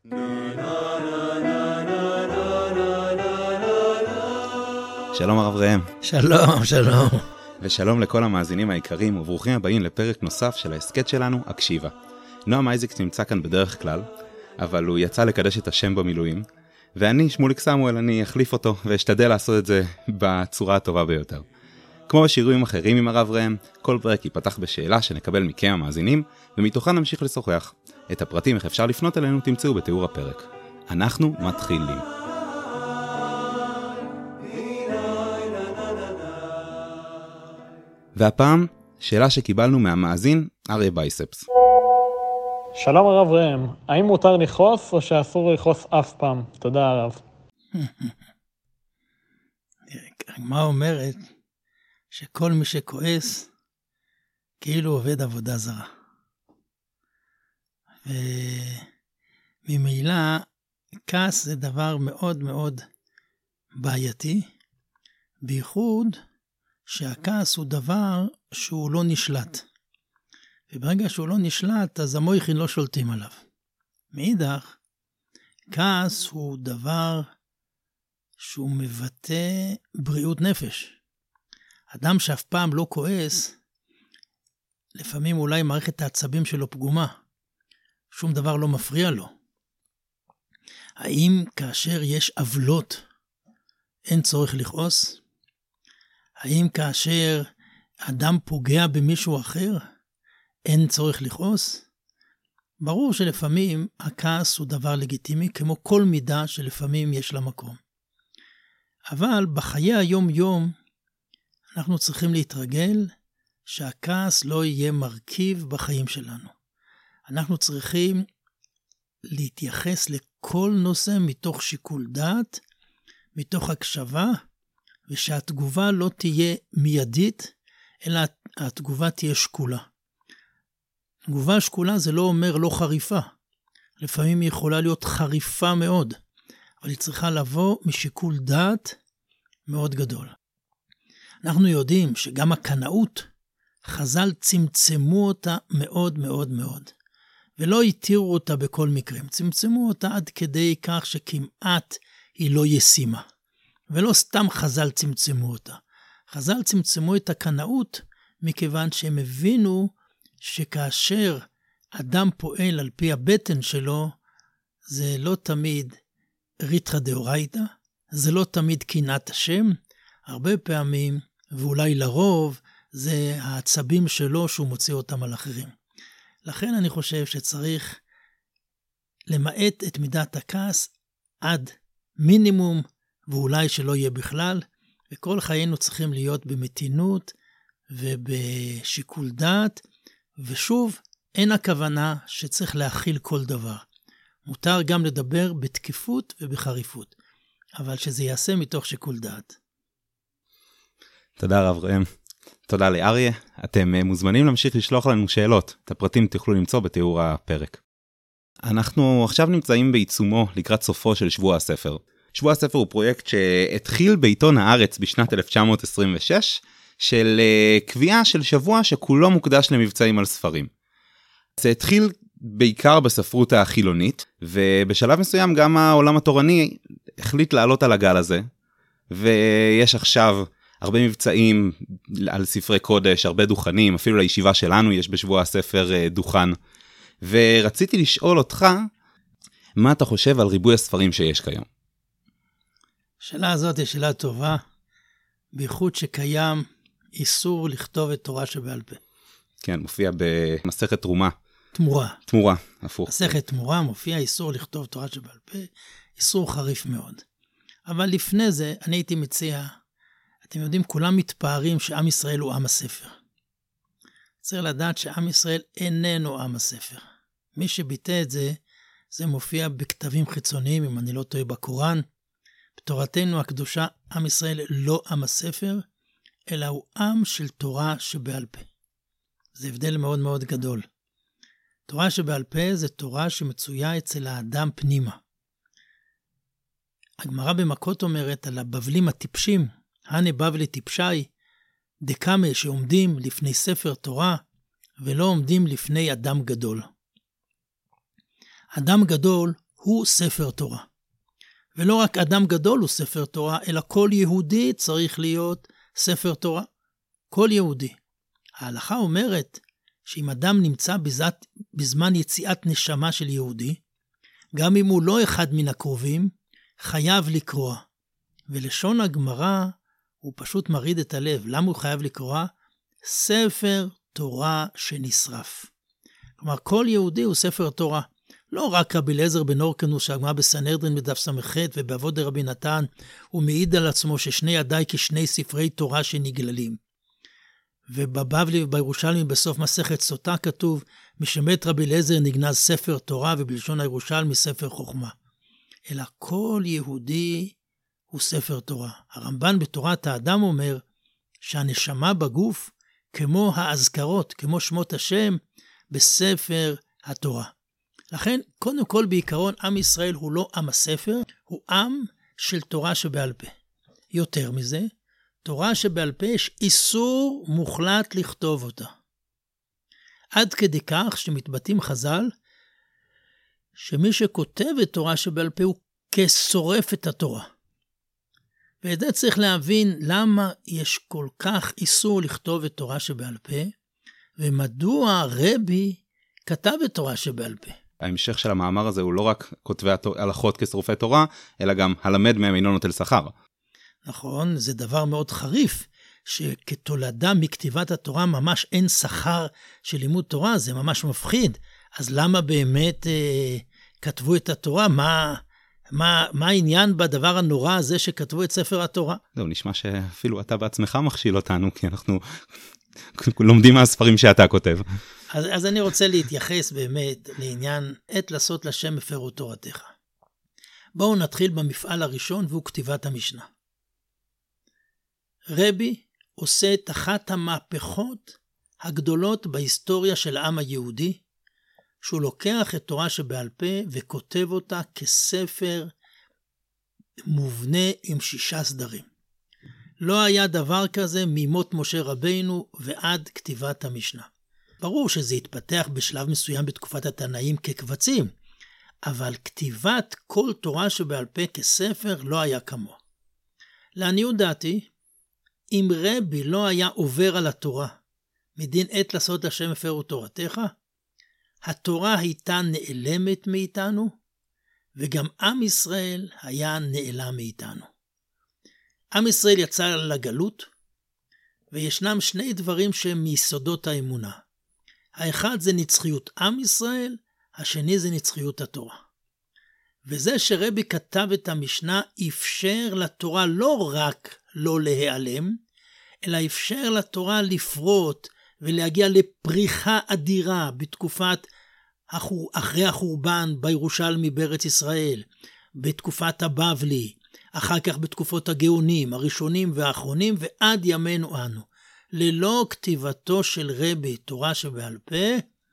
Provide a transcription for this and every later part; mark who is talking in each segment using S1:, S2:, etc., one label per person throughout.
S1: שלום הרב ראם.
S2: שלום, שלום.
S1: ושלום לכל המאזינים היקרים, וברוכים הבאים לפרק נוסף של ההסכת שלנו, הקשיבה. נועם אייזקס נמצא כאן בדרך כלל, אבל הוא יצא לקדש את השם במילואים, ואני, שמוליק סמואל, אני אחליף אותו, ואשתדל לעשות את זה בצורה הטובה ביותר. כמו בשיעורים אחרים עם הרב ראם, כל פרק ייפתח בשאלה שנקבל מכם המאזינים, ומתוכה נמשיך לשוחח. את הפרטים איך אפשר לפנות אלינו תמצאו בתיאור הפרק. אנחנו מתחילים. והפעם, שאלה שקיבלנו מהמאזין, אריה בייספס.
S3: שלום הרב ראם, האם מותר לכעוס או שאסור לכעוס אף פעם? תודה הרב.
S2: מה אומרת? שכל מי שכועס, כאילו עובד עבודה זרה. וממילא, כעס זה דבר מאוד מאוד בעייתי, בייחוד שהכעס הוא דבר שהוא לא נשלט. וברגע שהוא לא נשלט, אז המויכין לא שולטים עליו. מאידך, כעס הוא דבר שהוא מבטא בריאות נפש. אדם שאף פעם לא כועס, לפעמים אולי מערכת העצבים שלו פגומה. שום דבר לא מפריע לו. האם כאשר יש עוולות, אין צורך לכעוס? האם כאשר אדם פוגע במישהו אחר, אין צורך לכעוס? ברור שלפעמים הכעס הוא דבר לגיטימי, כמו כל מידה שלפעמים יש לה מקום. אבל בחיי היום-יום, אנחנו צריכים להתרגל שהכעס לא יהיה מרכיב בחיים שלנו. אנחנו צריכים להתייחס לכל נושא מתוך שיקול דעת, מתוך הקשבה, ושהתגובה לא תהיה מיידית, אלא התגובה תהיה שקולה. תגובה שקולה זה לא אומר לא חריפה. לפעמים היא יכולה להיות חריפה מאוד, אבל היא צריכה לבוא משיקול דעת מאוד גדול. אנחנו יודעים שגם הקנאות, חז"ל צמצמו אותה מאוד מאוד מאוד. ולא התירו אותה בכל מקרים. צמצמו אותה עד כדי כך שכמעט היא לא ישימה. ולא סתם חז"ל צמצמו אותה. חז"ל צמצמו את הקנאות מכיוון שהם הבינו שכאשר אדם פועל על פי הבטן שלו, זה לא תמיד ריתחא דאורייתא, זה לא תמיד קנאת השם, הרבה פעמים, ואולי לרוב, זה העצבים שלו שהוא מוציא אותם על אחרים. לכן אני חושב שצריך למעט את מידת הכעס עד מינימום, ואולי שלא יהיה בכלל, וכל חיינו צריכים להיות במתינות ובשיקול דעת, ושוב, אין הכוונה שצריך להכיל כל דבר. מותר גם לדבר בתקיפות ובחריפות, אבל שזה יעשה מתוך שיקול דעת.
S1: תודה רב ראם. תודה לאריה. אתם מוזמנים להמשיך לשלוח לנו שאלות. את הפרטים תוכלו למצוא בתיאור הפרק. אנחנו עכשיו נמצאים בעיצומו לקראת סופו של שבוע הספר. שבוע הספר הוא פרויקט שהתחיל בעיתון הארץ בשנת 1926, של קביעה של שבוע שכולו מוקדש למבצעים על ספרים. זה התחיל בעיקר בספרות החילונית, ובשלב מסוים גם העולם התורני החליט לעלות על הגל הזה, ויש עכשיו הרבה מבצעים על ספרי קודש, הרבה דוכנים, אפילו לישיבה שלנו יש בשבוע הספר דוכן. ורציתי לשאול אותך, מה אתה חושב על ריבוי הספרים שיש כיום?
S2: השאלה הזאת היא שאלה טובה, בייחוד שקיים איסור לכתוב את תורה שבעל פה.
S1: כן, מופיע במסכת תרומה.
S2: תמורה.
S1: תמורה, הפוך.
S2: מסכת תמורה מופיע איסור לכתוב תורה שבעל פה, איסור חריף מאוד. אבל לפני זה אני הייתי מציע, אתם יודעים, כולם מתפארים שעם ישראל הוא עם הספר. צריך לדעת שעם ישראל איננו עם הספר. מי שביטא את זה, זה מופיע בכתבים חיצוניים, אם אני לא טועה בקוראן. בתורתנו הקדושה, עם ישראל לא עם הספר, אלא הוא עם של תורה שבעל פה. זה הבדל מאוד מאוד גדול. תורה שבעל פה זה תורה שמצויה אצל האדם פנימה. הגמרא במכות אומרת על הבבלים הטיפשים, הנה בבלי טיפשי, דקמה שעומדים לפני ספר תורה, ולא עומדים לפני אדם גדול. אדם גדול הוא ספר תורה. ולא רק אדם גדול הוא ספר תורה, אלא כל יהודי צריך להיות ספר תורה. כל יהודי. ההלכה אומרת שאם אדם נמצא בזמן יציאת נשמה של יהודי, גם אם הוא לא אחד מן הקרובים, חייב לקרוא. ולשון הגמרא הוא פשוט מריד את הלב. למה הוא חייב לקרוא? ספר תורה שנשרף. כלומר, כל יהודי הוא ספר תורה. לא רק רבי אליעזר בן הורקנוס שהגמרא בסנהדרין בדף ס"ח ובאבות דרבי נתן, הוא מעיד על עצמו ששני ידיי כשני ספרי תורה שנגללים. ובבבלי ובירושלמי בסוף מסכת סוטה כתוב, משמת רבי אליעזר נגנז ספר תורה, ובלשון הירושלמי ספר חוכמה. אלא כל יהודי הוא ספר תורה. הרמב"ן בתורת האדם אומר שהנשמה בגוף כמו האזכרות, כמו שמות השם בספר התורה. לכן, קודם כל בעיקרון, עם ישראל הוא לא עם הספר, הוא עם של תורה שבעל פה. יותר מזה, תורה שבעל פה יש איסור מוחלט לכתוב אותה. עד כדי כך שמתבטאים חז"ל, שמי שכותב את תורה שבעל פה הוא כשורף את התורה. ואת זה צריך להבין למה יש כל כך איסור לכתוב את תורה שבעל פה, ומדוע רבי כתב את תורה שבעל פה.
S1: ההמשך של המאמר הזה הוא לא רק כותבי הלכות כשרופי תורה, אלא גם הלמד מהם אינו נוטל שכר.
S2: נכון, זה דבר מאוד חריף, שכתולדה מכתיבת התורה ממש אין שכר של לימוד תורה, זה ממש מפחיד. אז למה באמת כתבו את התורה? מה העניין בדבר הנורא הזה שכתבו את ספר התורה?
S1: זהו, נשמע שאפילו אתה בעצמך מכשיל אותנו, כי אנחנו לומדים מהספרים שאתה כותב.
S2: אז אני רוצה להתייחס באמת לעניין עת לעשות לשם מפרו תורתך. בואו נתחיל במפעל הראשון, והוא כתיבת המשנה. רבי עושה את אחת המהפכות הגדולות בהיסטוריה של העם היהודי, שהוא לוקח את תורה שבעל פה וכותב אותה כספר מובנה עם 6 סדרים. לא היה דבר כזה ממות משה רבינו ועד כתיבת המשנה. ברור שזה התפתח בשלב מסוים בתקופת התנאים כקבצים, אבל כתיבת כל תורה שבעל פה כספר לא היה כמוה. לעניות דעתי, אם רבי לא היה עובר על התורה, מדין עת לעשות השם מפרו תורתך, התורה הייתה נעלמת מאיתנו, וגם עם ישראל היה נעלם מאיתנו. עם ישראל יצא לגלות, וישנם 2 דברים שהם מיסודות האמונה. האחד זה נצחיות עם ישראל, השני זה נצחיות התורה. וזה שרבי כתב את המשנה אפשר לתורה לא רק לא להיעלם, אלא אפשר לתורה לפרוט ולהגיע לפריחה אדירה בתקופת אחרי החורבן בירושלמי בארץ ישראל, בתקופת הבבלי, אחר כך בתקופות הגאונים, הראשונים והאחרונים, ועד ימינו אנו. ללא כתיבתו של רבי תורה שבעל פה,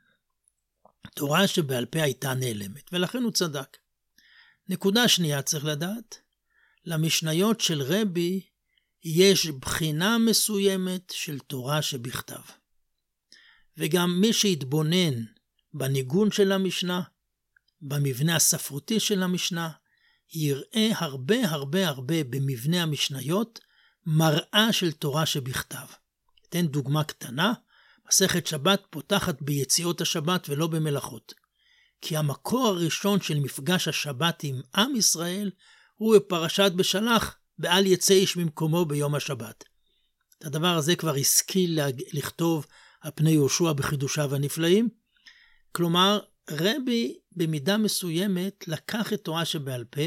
S2: תורה שבעל פה הייתה נעלמת, ולכן הוא צדק. נקודה שנייה צריך לדעת, למשניות של רבי יש בחינה מסוימת של תורה שבכתב. וגם מי שהתבונן בניגון של המשנה, במבנה הספרותי של המשנה, יראה הרבה במבנה המשניות מראה של תורה שבכתב. אתן דוגמה קטנה, מסכת שבת פותחת ביציאות השבת ולא במלאכות. כי המקור הראשון של מפגש השבת עם עם ישראל הוא בפרשת בשלח, ואל יצא איש ממקומו ביום השבת. את הדבר הזה כבר השכיל לכתוב על פני יהושע בחידושיו הנפלאים. כלומר, רבי במידה מסוימת לקח את תורה שבעל פה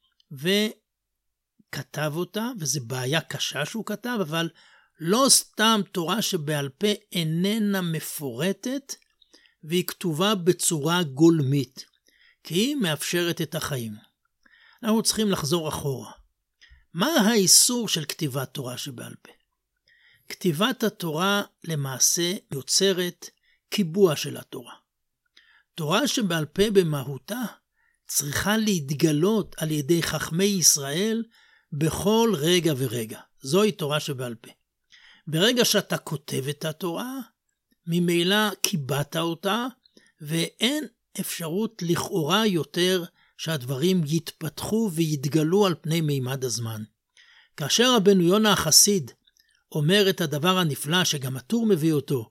S2: וכתב אותה, וזו בעיה קשה שהוא כתב, אבל לא סתם תורה שבעל פה איננה מפורטת, והיא כתובה בצורה גולמית, כי היא מאפשרת את החיים. אנחנו צריכים לחזור אחורה. מה האיסור של כתיבת תורה שבעל פה? כתיבת התורה למעשה יוצרת קיבוע של התורה. תורה שבעל פה במהותה צריכה להתגלות על ידי חכמי ישראל בכל רגע ורגע. זוהי תורה שבעל פה. ברגע שאתה כותב את התורה, ממילא קיבעת אותה, ואין אפשרות לכאורה יותר שהדברים יתפתחו ויתגלו על פני מימד הזמן. כאשר רבנו יונה החסיד אומר את הדבר הנפלא שגם הטור מביא אותו,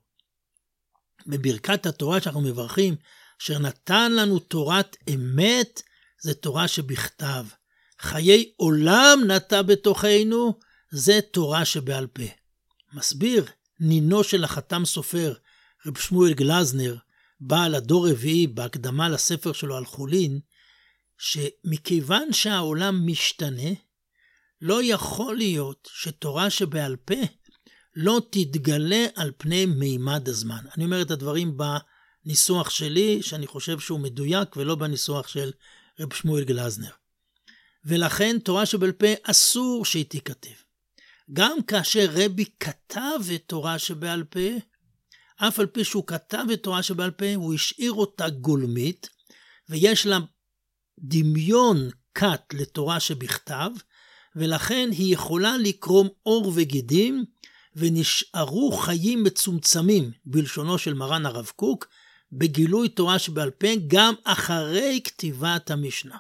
S2: בברכת התורה שאנחנו מברכים, אשר נתן לנו תורת אמת, זה תורה שבכתב. חיי עולם נטע בתוכנו, זה תורה שבעל פה. מסביר נינו של החתם סופר, רב שמואל גלזנר, בעל הדור רביעי בהקדמה לספר שלו על חולין, שמכיוון שהעולם משתנה, לא יכול להיות שתורה שבעל פה לא תתגלה על פני מימד הזמן. אני אומר את הדברים בניסוח שלי, שאני חושב שהוא מדויק, ולא בניסוח של רב שמואל גלזנר. ולכן תורה שבעל פה אסור שהיא תיכתב. גם כאשר רבי כתב את תורה שבעל פה, אף על פי שהוא כתב את תורה שבעל פה, הוא השאיר אותה גולמית, ויש לה דמיון קט לתורה שבכתב, ולכן היא יכולה לקרום אור וגידים, ונשארו חיים מצומצמים, בלשונו של מרן הרב קוק, בגילוי תורה שבעל פה, גם אחרי כתיבת המשנה.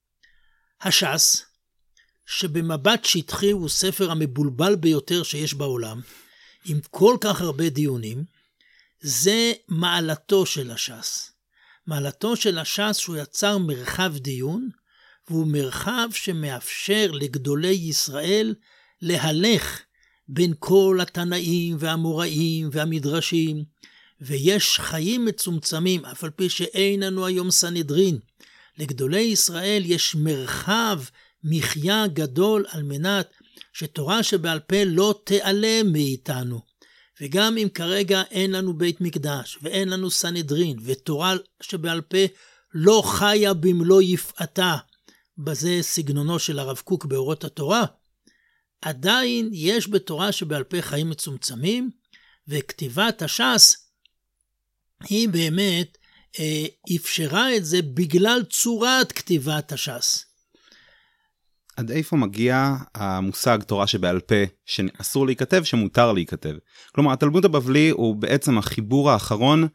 S2: הש"ס, שבמבט שטחי הוא ספר המבולבל ביותר שיש בעולם, עם כל כך הרבה דיונים, זה מעלתו של הש"ס. מעלתו של הש"ס שהוא יצר מרחב דיון, והוא מרחב שמאפשר לגדולי ישראל להלך בין כל התנאים והמוראים והמדרשים, ויש חיים מצומצמים, אף על פי שאין לנו היום סנהדרין. לגדולי ישראל יש מרחב מחיה גדול על מנת שתורה שבעל פה לא תיעלם מאיתנו. וגם אם כרגע אין לנו בית מקדש ואין לנו סנהדרין, ותורה שבעל פה לא חיה במלוא יפעתה, בזה סגנונו של הרב קוק באורות התורה, עדיין יש בתורה שבעל פה חיים מצומצמים, וכתיבת הש"ס היא באמת אפשרה את זה בגלל צורת כתיבת הש"ס.
S1: עד איפה מגיע המושג תורה שבעל פה שאסור להיכתב, שמותר להיכתב? כלומר, התלמוד הבבלי הוא בעצם החיבור האחרון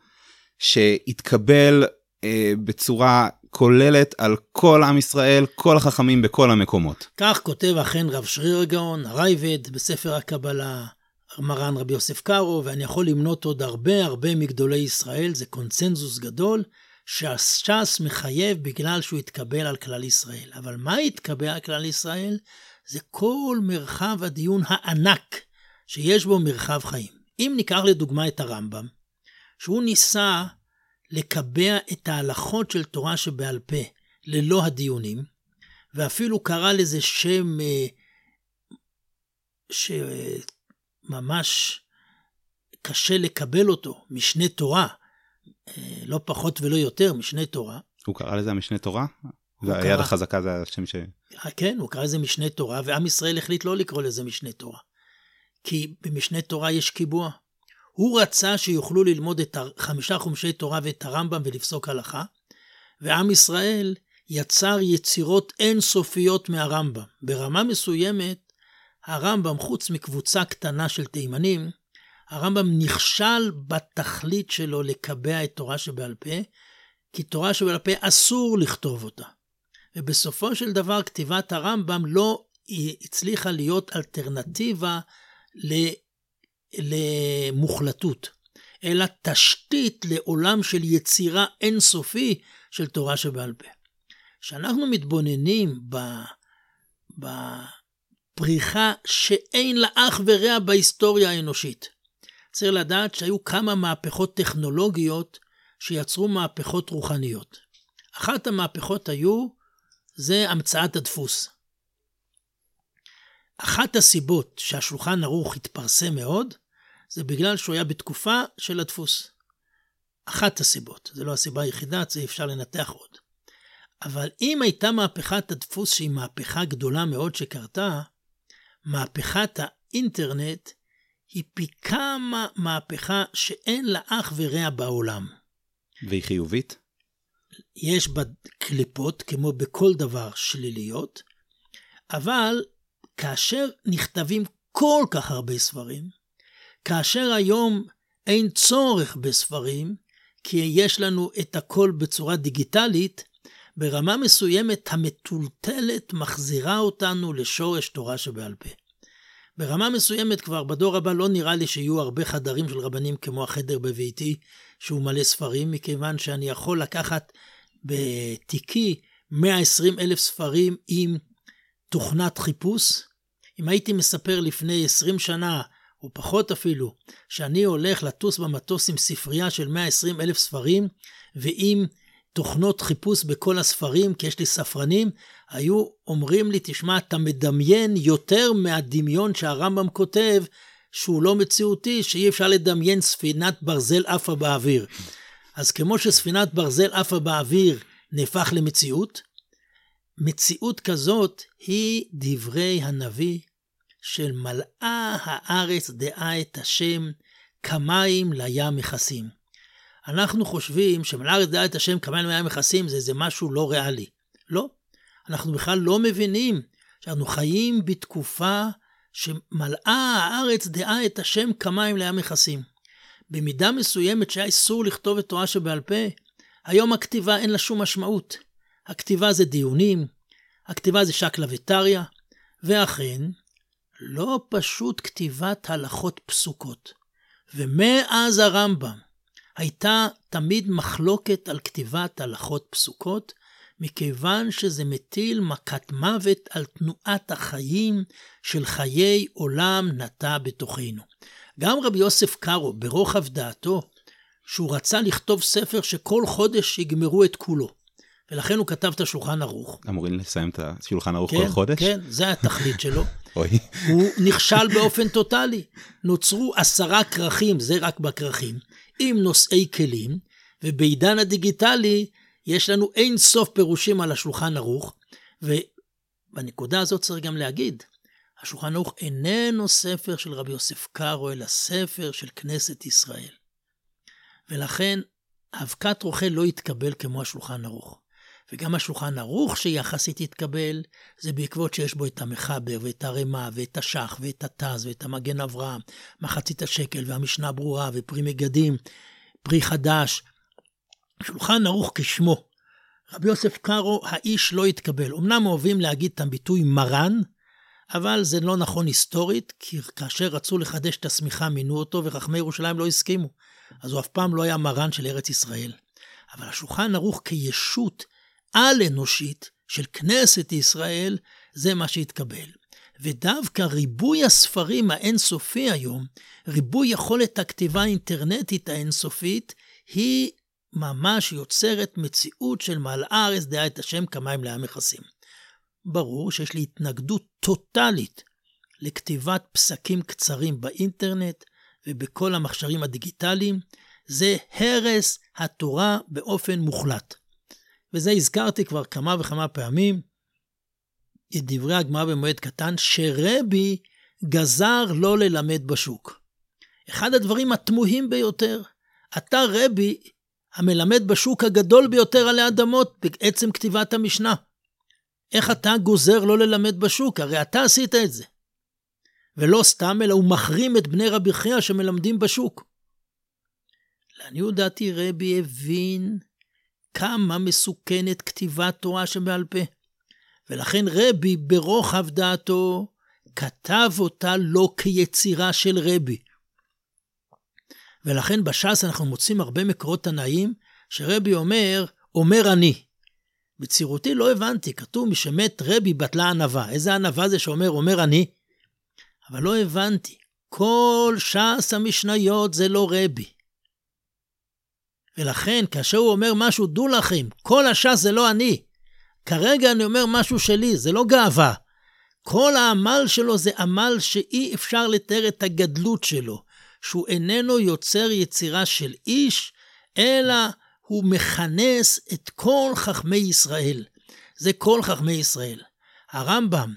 S1: שהתקבל בצורה כוללת על כל עם ישראל, כל החכמים בכל המקומות.
S2: כך כותב אכן רב שריר הגאון, הרייבד, בספר הקבלה, מרן רבי יוסף קארו, ואני יכול למנות עוד הרבה מגדולי ישראל, זה קונצנזוס גדול, שהש"ס מחייב בגלל שהוא התקבל על כלל ישראל. אבל מה התקבל על כלל ישראל? זה כל מרחב הדיון הענק שיש בו מרחב חיים. אם ניקח לדוגמה את הרמב"ם, שהוא ניסה לקבע את ההלכות של תורה שבעל פה ללא הדיונים, ואפילו קרא לזה שם שממש קשה לקבל אותו, משנה תורה, לא פחות ולא יותר, משנה תורה.
S1: הוא קרא לזה משנה תורה? והיד החזקה זה השם ש...
S2: כן, הוא קרא לזה משנה תורה, ועם ישראל החליט לא לקרוא לזה משנה תורה. כי במשנה תורה יש קיבוע. הוא רצה שיוכלו ללמוד את 5 חומשי תורה ואת הרמב"ם ולפסוק הלכה, ועם ישראל יצר יצירות אינסופיות מהרמב"ם. ברמה מסוימת, הרמב"ם, חוץ מקבוצה קטנה של תימנים, הרמב"ם נכשל בתכלית שלו לקבע את תורה שבעל פה, כי תורה שבעל פה אסור לכתוב אותה. ובסופו של דבר כתיבת הרמב"ם לא הצליחה להיות אלטרנטיבה למוחלטות, אלא תשתית לעולם של יצירה אינסופי של תורה שבעל פה. כשאנחנו מתבוננים בפריחה שאין לה אח ורע בהיסטוריה האנושית, צריך לדעת שהיו כמה מהפכות טכנולוגיות שיצרו מהפכות רוחניות. אחת המהפכות זה המצאת הדפוס. אחת הסיבות שהשולחן ערוך התפרסם מאוד, זה בגלל שהוא היה בתקופה של הדפוס. אחת הסיבות, זה לא הסיבה היחידה, זה אפשר לנתח עוד. אבל אם הייתה מהפכת הדפוס שהיא מהפכה גדולה מאוד שקרתה, מהפכת האינטרנט היא פי כמה מהפכה שאין לה אח ורע בעולם.
S1: והיא חיובית?
S2: יש בה קליפות, כמו בכל דבר שליליות, אבל כאשר נכתבים כל כך הרבה ספרים, כאשר היום אין צורך בספרים, כי יש לנו את הכל בצורה דיגיטלית, ברמה מסוימת המטולטלת מחזירה אותנו לשורש תורה שבעל פה. ברמה מסוימת כבר בדור הבא לא נראה לי שיהיו הרבה חדרים של רבנים כמו החדר בביתי, שהוא מלא ספרים, מכיוון שאני יכול לקחת בתיקי 120,000 ספרים עם תוכנת חיפוש. אם הייתי מספר לפני 20 שנה, או פחות אפילו, שאני הולך לטוס במטוס עם ספרייה של 120,000 ספרים, ועם תוכנות חיפוש בכל הספרים, כי יש לי ספרנים, היו אומרים לי, תשמע, אתה מדמיין יותר מהדמיון שהרמב"ם כותב, שהוא לא מציאותי, שאי אפשר לדמיין ספינת ברזל עפה באוויר. אז כמו שספינת ברזל עפה באוויר נהפך למציאות, מציאות כזאת היא דברי הנביא, של מלאה הארץ דעה את השם כמים לים מכסים. אנחנו חושבים שמלאה הארץ דעה את השם כמים לים מכסים זה משהו לא ריאלי. לא, אנחנו בכלל לא מבינים שאנחנו חיים בתקופה שמלאה הארץ דעה את השם כמים לים מכסים. במידה מסוימת שהיה איסור לכתוב את תורה שבעל פה, היום הכתיבה אין לה שום משמעות. הכתיבה זה דיונים, הכתיבה זה שקלא וטריא, ואכן לא פשוט כתיבת הלכות פסוקות. ומאז הרמב"ם הייתה תמיד מחלוקת על כתיבת הלכות פסוקות, מכיוון שזה מטיל מכת מוות על תנועת החיים של חיי עולם נטע בתוכנו. גם רבי יוסף קארו ברוחב דעתו, שהוא רצה לכתוב ספר שכל חודש יגמרו את כולו, ולכן הוא כתב את השולחן ערוך.
S1: אמורים לסיים את השולחן ערוך
S2: כן,
S1: כל חודש?
S2: כן, זה התכלית שלו.
S1: אוי.
S2: הוא נכשל באופן טוטלי. נוצרו 10 כרכים, זה רק בכרכים, עם נושאי כלים, ובעידן הדיגיטלי יש לנו אין סוף פירושים על השולחן ערוך, ובנקודה הזאת צריך גם להגיד, השולחן ערוך איננו ספר של רבי יוסף קארו, אלא ספר של כנסת ישראל. ולכן אבקת רוכל לא יתקבל כמו השולחן ערוך. וגם השולחן ערוך שיחסית יתקבל, זה בעקבות שיש בו את המחבר ואת הרמה ואת השח ואת התז ואת המגן אברהם, מחצית השקל והמשנה ברורה ופרי מגדים, פרי חדש. שולחן ערוך כשמו. רבי יוסף קארו, האיש לא יתקבל. אמנם אוהבים להגיד את הביטוי מרן, אבל זה לא נכון היסטורית, כי כאשר רצו לחדש את הסמיכה מינו אותו, וחכמי ירושלים לא הסכימו. אז הוא אף פעם לא היה מרן של ארץ ישראל. אבל השולחן ערוך כישות על אנושית של כנסת ישראל, זה מה שהתקבל. ודווקא ריבוי הספרים האינסופי היום, ריבוי יכולת הכתיבה האינטרנטית האינסופית, היא ממש יוצרת מציאות של מלאה הארץ דעה את השם כמים לים מכסים. ברור שיש לי התנגדות טוטלית לכתיבת פסקים קצרים באינטרנט ובכל המכשירים הדיגיטליים, זה הרס התורה באופן מוחלט. וזה הזכרתי כבר כמה וכמה פעמים, את דברי הגמרא במועד קטן, שרבי גזר לא ללמד בשוק. אחד הדברים התמוהים ביותר, אתה רבי המלמד בשוק הגדול ביותר עלי אדמות בעצם כתיבת המשנה. איך אתה גוזר לא ללמד בשוק? הרי אתה עשית את זה. ולא סתם, אלא הוא מחרים את בני רבי חייא שמלמדים בשוק. לעניות דעתי רבי הבין כמה מסוכנת כתיבת תורה שבעל פה. ולכן רבי ברוחב דעתו כתב אותה לא כיצירה של רבי. ולכן בש"ס אנחנו מוצאים הרבה מקורות תנאים שרבי אומר אני. בצירותי לא הבנתי, כתוב משמת רבי בטלה ענווה. איזה ענווה זה שאומר אני? אבל לא הבנתי. כל ש"ס המשניות זה לא רבי. ולכן כאשר הוא אומר משהו, דו לכם, כל הש"ס זה לא אני. כרגע אני אומר משהו שלי, זה לא גאווה. כל העמל שלו זה עמל שאי אפשר לתאר את הגדלות שלו, שהוא איננו יוצר יצירה של איש, אלא הוא מכנס את כל חכמי ישראל. זה כל חכמי ישראל. הרמב"ם,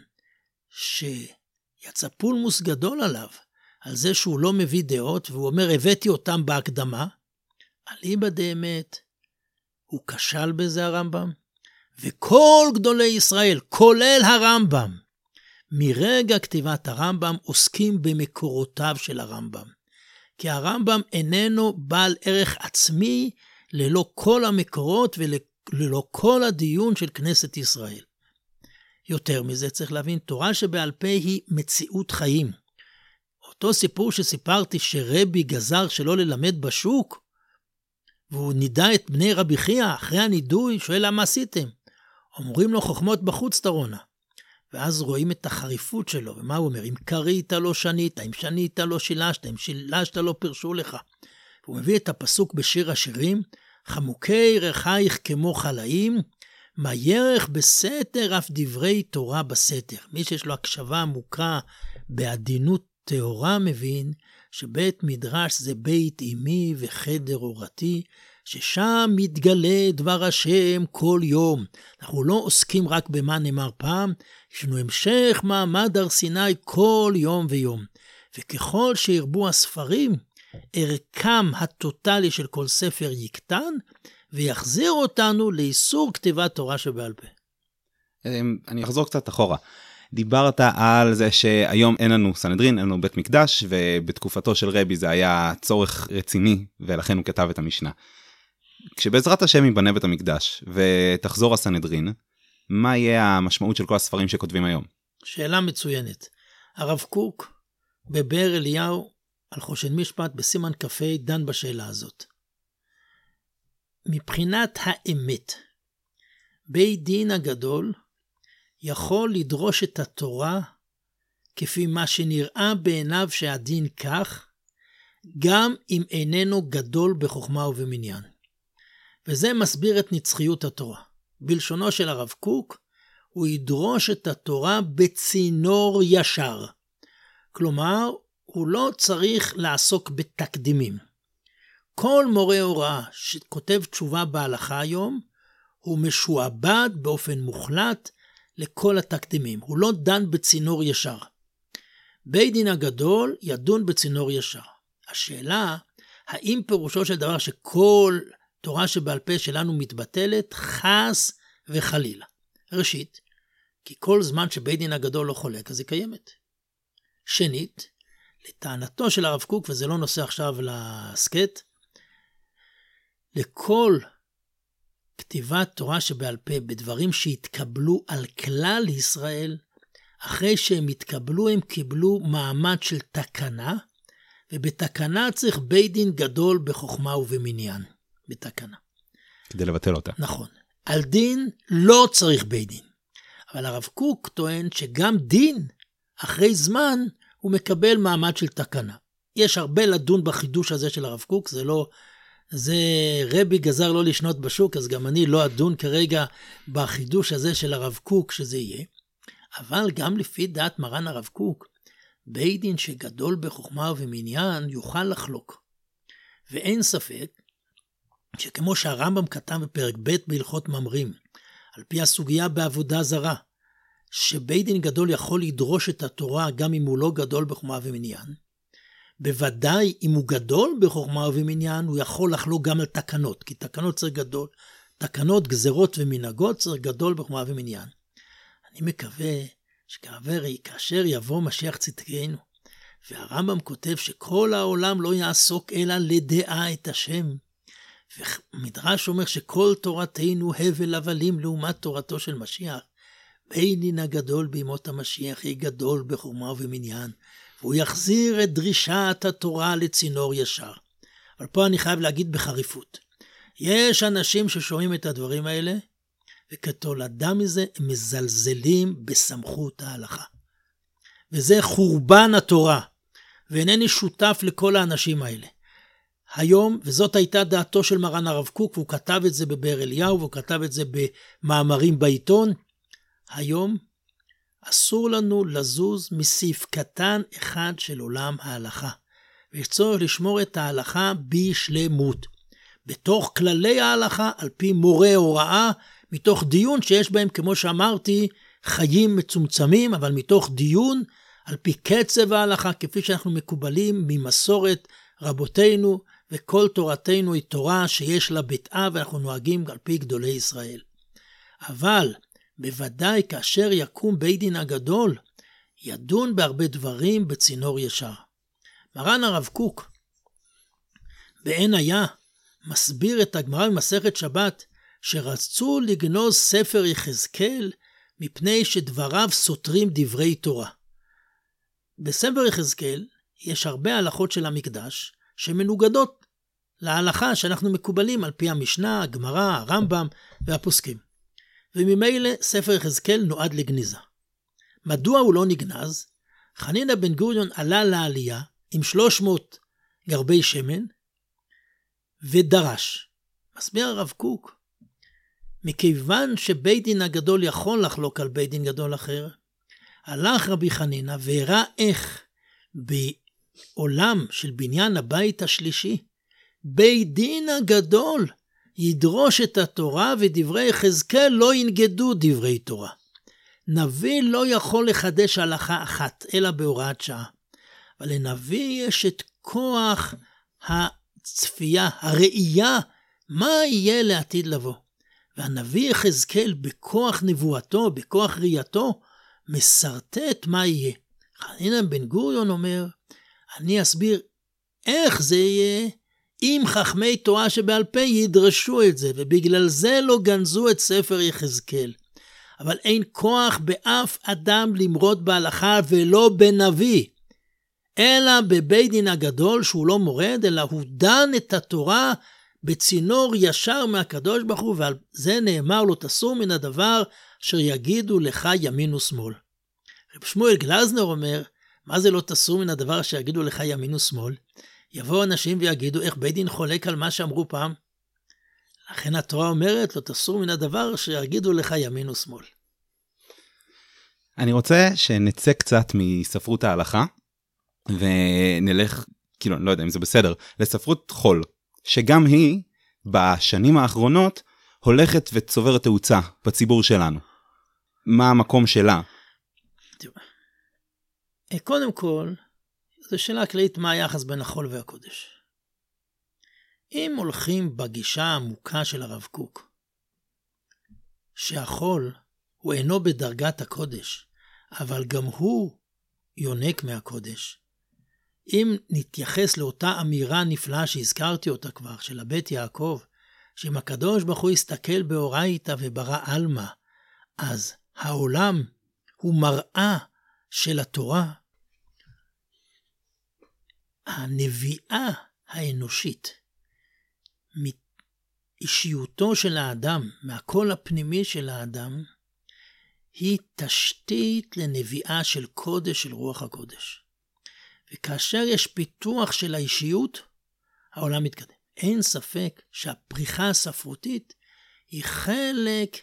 S2: שיצא פולמוס גדול עליו, על זה שהוא לא מביא דעות, והוא אומר, הבאתי אותם בהקדמה, אליבא דאמת, הוא כשל בזה הרמב"ם, וכל גדולי ישראל, כולל הרמב"ם, מרגע כתיבת הרמב"ם עוסקים במקורותיו של הרמב"ם. כי הרמב"ם איננו בעל ערך עצמי ללא כל המקורות ללא כל הדיון של כנסת ישראל. יותר מזה צריך להבין, תורה שבעל פה היא מציאות חיים. אותו סיפור שסיפרתי שרבי גזר שלא ללמד בשוק, והוא נידע את בני רבי חייא, אחרי הנידוי, שואל למה עשיתם? אומרים לו חוכמות בחוץ תרונה. ואז רואים את החריפות שלו, ומה הוא אומר? אם קרית לא שנית, אם שנית לא שילשת, אם שילשת לא פרשו לך. והוא מביא את הפסוק בשיר השירים, חמוקי רחייך כמו חלאים, מה ירך בסתר אף דברי תורה בסתר. מי שיש לו הקשבה עמוקה בעדינות טהורה מבין שבית מדרש זה בית אמי וחדר אורתי, ששם מתגלה דבר השם כל יום. אנחנו לא עוסקים רק במה נאמר פעם, יש לנו המשך מעמד הר סיני כל יום ויום. וככל שירבו הספרים, ערכם הטוטלי של כל ספר יקטן, ויחזיר אותנו לאיסור כתיבת תורה שבעל פה.
S1: אני אחזור קצת אחורה. דיברת על זה שהיום אין לנו סנהדרין, אין לנו בית מקדש, ובתקופתו של רבי זה היה צורך רציני, ולכן הוא כתב את המשנה. כשבעזרת השם ייבנה בית המקדש, ותחזור הסנהדרין, מה יהיה המשמעות של כל הספרים שכותבים היום?
S2: שאלה מצוינת. הרב קוק בבאר אליהו, על חושן משפט, בסימן קפה, דן בשאלה הזאת. מבחינת האמת, בית דין הגדול יכול לדרוש את התורה כפי מה שנראה בעיניו שהדין כך, גם אם איננו גדול בחוכמה ובמניין. וזה מסביר את נצחיות התורה. בלשונו של הרב קוק, הוא ידרוש את התורה בצינור ישר. כלומר, הוא לא צריך לעסוק בתקדימים. כל מורה הוראה שכותב תשובה בהלכה היום, הוא משועבד באופן מוחלט לכל התקדימים. הוא לא דן בצינור ישר. בית דין הגדול ידון בצינור ישר. השאלה, האם פירושו של דבר שכל תורה שבעל פה שלנו מתבטלת, חס וחלילה. ראשית, כי כל זמן שבית דין הגדול לא חולק, אז היא קיימת. שנית, לטענתו של הרב קוק, וזה לא נושא עכשיו לסקט, לכל כתיבת תורה שבעל פה בדברים שהתקבלו על כלל ישראל, אחרי שהם התקבלו, הם קיבלו מעמד של תקנה, ובתקנה צריך בית דין גדול בחוכמה ובמניין. בתקנה.
S1: כדי לבטל אותה.
S2: נכון. על דין לא צריך בית דין. אבל הרב קוק טוען שגם דין, אחרי זמן, הוא מקבל מעמד של תקנה. יש הרבה לדון בחידוש הזה של הרב קוק, זה רבי גזר לא לשנות בשוק, אז גם אני לא אדון כרגע בחידוש הזה של הרב קוק שזה יהיה. אבל גם לפי דעת מרן הרב קוק, בית דין שגדול בחוכמה ובמניין יוכל לחלוק. ואין ספק שכמו שהרמב"ם כתב בפרק ב' בהלכות ממרים, על פי הסוגיה בעבודה זרה, שבית דין גדול יכול לדרוש את התורה גם אם הוא לא גדול בחוכמה ובמניין, בוודאי אם הוא גדול בחוכמה ובמניין, הוא יכול לחלוק גם על תקנות, כי תקנות צריך גדול, תקנות, גזרות ומנהגות צריך גדול בחוכמה ובמניין. אני מקווה שכאשר יבוא משיח צדקנו, והרמב"ם כותב שכל העולם לא יעסוק אלא לדעה את השם, ומדרש אומר שכל תורתנו הבל הבלים לעומת תורתו של משיח, בית דין הגדול בימות המשיח יהיה גדול בחוכמה ובמניין, והוא יחזיר את דרישת התורה לצינור ישר. אבל פה אני חייב להגיד בחריפות, יש אנשים ששומעים את הדברים האלה, וכתולדה מזה הם מזלזלים בסמכות ההלכה. וזה חורבן התורה, ואינני שותף לכל האנשים האלה. היום, וזאת הייתה דעתו של מרן הרב קוק, והוא כתב את זה בבאר אליהו, והוא כתב את זה במאמרים בעיתון, היום אסור לנו לזוז מסעיף קטן אחד של עולם ההלכה. ויש צורך לשמור את ההלכה בשלמות. בתוך כללי ההלכה, על פי מורה הוראה, מתוך דיון שיש בהם, כמו שאמרתי, חיים מצומצמים, אבל מתוך דיון, על פי קצב ההלכה, כפי שאנחנו מקובלים ממסורת רבותינו, וכל תורתנו היא תורה שיש לה ביטאה, ואנחנו נוהגים על פי גדולי ישראל. אבל בוודאי כאשר יקום בית דין הגדול, ידון בהרבה דברים בצינור ישר. מרן הרב קוק, בעין היה, מסביר את הגמרא במסכת שבת, שרצו לגנוז ספר יחזקאל מפני שדבריו סותרים דברי תורה. בספר יחזקאל יש הרבה הלכות של המקדש שמנוגדות להלכה שאנחנו מקובלים על פי המשנה, הגמרא, הרמב"ם והפוסקים. וממילא ספר יחזקאל נועד לגניזה. מדוע הוא לא נגנז? חנינא בן גוריון עלה לעלייה עם 300 גרבי שמן ודרש. מסביר הרב קוק, מכיוון שבית דין הגדול יכול לחלוק על בית דין גדול אחר, הלך רבי חנינא והראה איך בעולם של בניין הבית השלישי, בית דין הגדול ידרוש את התורה ודברי יחזקאל לא ינגדו דברי תורה. נביא לא יכול לחדש הלכה אחת, אלא בהוראת שעה. אבל לנביא יש את כוח הצפייה, הראייה, מה יהיה לעתיד לבוא. והנביא יחזקאל בכוח נבואתו, בכוח ראייתו, מסרטט מה יהיה. חנינא בן גוריון אומר, אני אסביר איך זה יהיה, אם חכמי תורה שבעל פה ידרשו את זה, ובגלל זה לא גנזו את ספר יחזקאל. אבל אין כוח באף אדם למרוד בהלכה ולא בנביא, אלא בבית דין הגדול שהוא לא מורד, אלא הוא דן את התורה בצינור ישר מהקדוש ברוך הוא, ועל זה נאמר לו תסור מן הדבר אשר יגידו לך ימין ושמאל. רב שמואל גלזנר אומר, מה זה לא תסור מן הדבר אשר יגידו לך ימין ושמאל? יבואו אנשים ויגידו איך בית דין חולק על מה שאמרו פעם. לכן התורה אומרת לא תסור מן הדבר אשר יגידו לך ימין ושמאל.
S1: אני רוצה שנצא קצת מספרות ההלכה, ונלך, כאילו, אני לא יודע אם זה בסדר, לספרות חול, שגם היא, בשנים האחרונות, הולכת וצוברת תאוצה בציבור שלנו. מה המקום שלה?
S2: קודם כל, זו שאלה כללית מה היחס בין החול והקודש. אם הולכים בגישה העמוקה של הרב קוק, שהחול הוא אינו בדרגת הקודש, אבל גם הוא יונק מהקודש, אם נתייחס לאותה אמירה נפלאה שהזכרתי אותה כבר, של הבית יעקב, שאם הקדוש ברוך הוא יסתכל באורייתא וברא עלמא, אז העולם הוא מראה של התורה. הנביאה האנושית, מאישיותו של האדם, מהקול הפנימי של האדם, היא תשתית לנביאה של קודש, של רוח הקודש. וכאשר יש פיתוח של האישיות, העולם מתקדם. אין ספק שהפריחה הספרותית היא חלק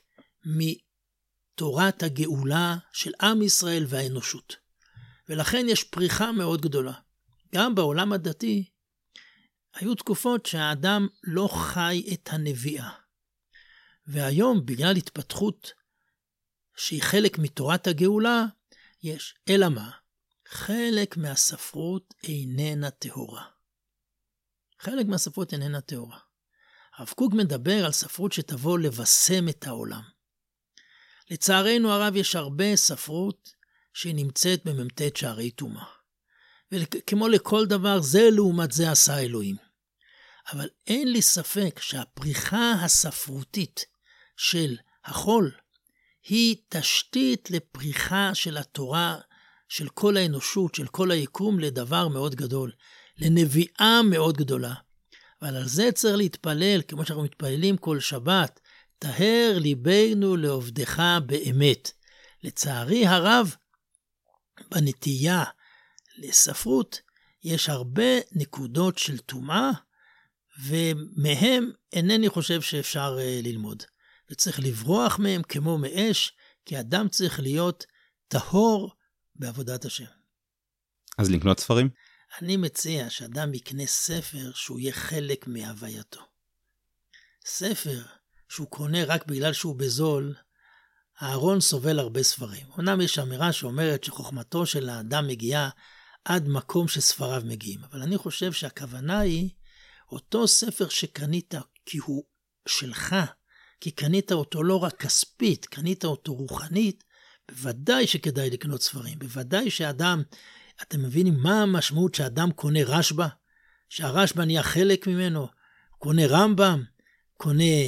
S2: מתורת הגאולה של עם ישראל והאנושות. ולכן יש פריחה מאוד גדולה. גם בעולם הדתי היו תקופות שהאדם לא חי את הנביאה. והיום בגלל התפתחות שהיא חלק מתורת הגאולה, יש. אלא מה? חלק מהספרות איננה טהורה. חלק מהספרות איננה טהורה. הרב קוק מדבר על ספרות שתבוא לבשם את העולם. לצערנו הרב יש הרבה ספרות שהיא נמצאת בממתת שערי טומאה. וכמו לכל דבר זה לעומת זה עשה אלוהים. אבל אין לי ספק שהפריחה הספרותית של החול היא תשתית לפריחה של התורה, של כל האנושות, של כל היקום, לדבר מאוד גדול, לנביאה מאוד גדולה. אבל על זה צריך להתפלל, כמו שאנחנו מתפללים כל שבת, תהר ליבנו לעובדך באמת. לצערי הרב, בנטייה לספרות, יש הרבה נקודות של טומאה, ומהם אינני חושב שאפשר ללמוד. וצריך לברוח מהם כמו מאש, כי אדם צריך להיות טהור בעבודת השם.
S1: אז לקנות ספרים?
S2: אני מציע שאדם יקנה ספר שהוא יהיה חלק מהווייתו. ספר שהוא קונה רק בגלל שהוא בזול, הארון סובל הרבה ספרים. אומנם יש אמירה שאומרת שחוכמתו של האדם מגיעה עד מקום שספריו מגיעים. אבל אני חושב שהכוונה היא אותו ספר שקנית כי הוא שלך, כי קנית אותו לא רק כספית, קנית אותו רוחנית, בוודאי שכדאי לקנות ספרים. בוודאי שאדם, אתם מבינים מה המשמעות שאדם קונה רשב"א? שהרשב"א נהיה חלק ממנו, קונה רמב"ם, קונה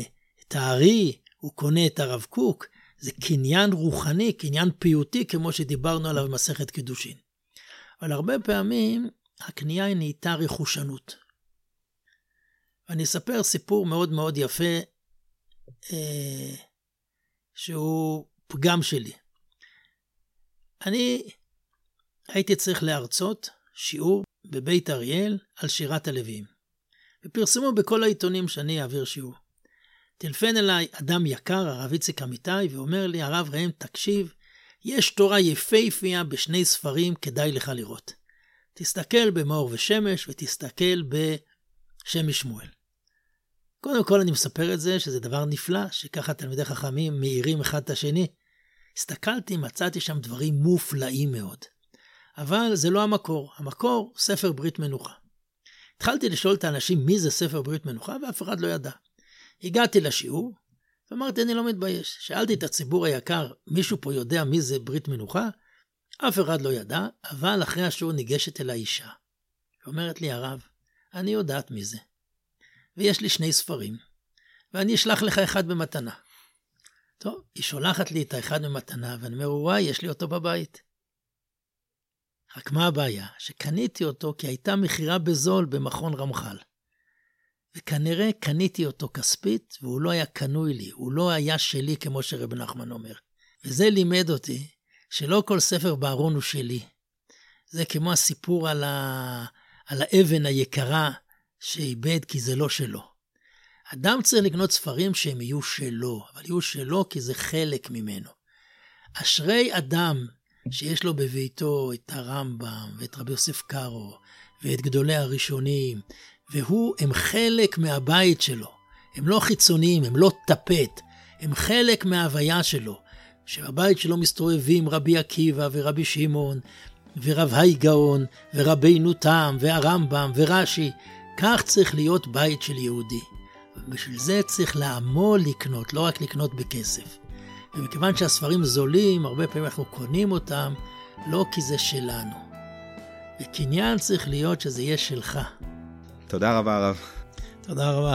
S2: את הארי, הוא קונה את הרב קוק, זה קניין רוחני, קניין פיוטי, כמו שדיברנו עליו במסכת קידושין. אבל הרבה פעמים הקנייה היא נהייתה רכושנות. ואני אספר סיפור מאוד מאוד יפה, שהוא פגם שלי. אני הייתי צריך להרצות שיעור בבית אריאל על שירת הלוויים. ופרסמו בכל העיתונים שאני אעביר שיעור. טלפן אליי אדם יקר, הרב איציק אמיתי, ואומר לי, הרב ראם, תקשיב, יש תורה יפהפייה בשני ספרים, כדאי לך לראות. תסתכל במאור ושמש, ותסתכל בשמש שמואל. קודם כל אני מספר את זה, שזה דבר נפלא, שככה תלמידי חכמים מאירים אחד את השני. הסתכלתי, מצאתי שם דברים מופלאים מאוד. אבל זה לא המקור. המקור הוא ספר ברית מנוחה. התחלתי לשאול את האנשים מי זה ספר ברית מנוחה, ואף אחד לא ידע. הגעתי לשיעור, ואמרתי, אני לא מתבייש. שאלתי את הציבור היקר, מישהו פה יודע מי זה ברית מנוחה? אף אחד לא ידע, אבל אחרי השיעור ניגשת אל האישה. ואומרת לי, הרב, אני יודעת מי זה. ויש לי 2 ספרים, ואני אשלח לך אחד במתנה. טוב, היא שולחת לי את האחד במתנה, ואני אומר, וואי, יש לי אותו בבית. רק מה הבעיה? שקניתי אותו כי הייתה מחירה בזול במכון רמח"ל. וכנראה קניתי אותו כספית, והוא לא היה קנוי לי, הוא לא היה שלי כמו שרב נחמן אומר. וזה לימד אותי שלא כל ספר בארון הוא שלי. זה כמו הסיפור על האבן היקרה שאיבד כי זה לא שלו. אדם צריך לקנות ספרים שהם יהיו שלו, אבל יהיו שלו כי זה חלק ממנו. אשרי אדם שיש לו בביתו את הרמב"ם ואת רבי יוסף קארו ואת גדולי הראשונים, הם חלק מהבית שלו. הם לא חיצוניים, הם לא טפט, הם חלק מההוויה שלו. שבבית שלו מסתובבים רבי עקיבא ורבי שמעון ורב היי גאון ורבינו תם והרמב"ם ורש"י. כך צריך להיות בית של יהודי. ובשביל זה צריך לעמול לקנות, לא רק לקנות בכסף. ומכיוון שהספרים זולים, הרבה פעמים אנחנו קונים אותם, לא כי זה שלנו. וקניין צריך להיות שזה יהיה שלך.
S1: תודה רבה הרב.
S2: תודה רבה.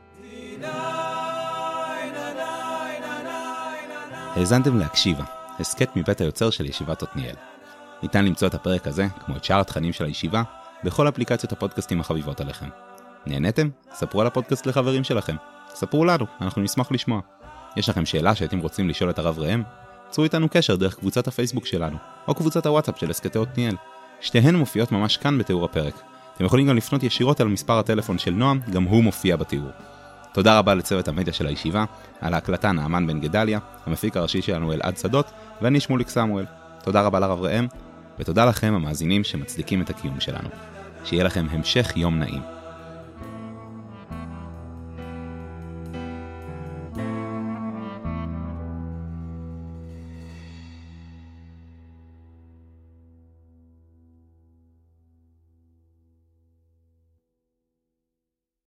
S1: האזנתם להקשיבה, הסקט מבית היוצר של ישיבת עתניאל. ניתן למצוא את הפרק הזה, כמו את שאר התכנים של הישיבה, בכל אפליקציות הפודקאסטים החביבות עליכם. נהנתם? ספרו על הפודקאסט לחברים שלכם. ספרו לנו, אנחנו נשמח לשמוע. יש לכם שאלה שהייתם רוצים לשאול את הרב ראם? צרו איתנו קשר דרך קבוצת הפייסבוק שלנו, או קבוצת הוואטסאפ של הסקטי עתניאל. שתיהן מופיעות ממש כאן בתיאור הפרק. אתם יכולים גם לפנות ישירות על מספר הטלפון של נועם, גם הוא מופיע בתיאור. תודה רבה לצוות המדיה של הישיבה, על ההקלטה נעמן בן גדליה, המפיק הראשי שלנו אלעד שדות, ואני שמוליק סמואל. תודה רבה לרב ראם, ותודה לכם המאזינים שמצדיקים את הקיום שלנו. שיהיה לכם המשך יום נעים.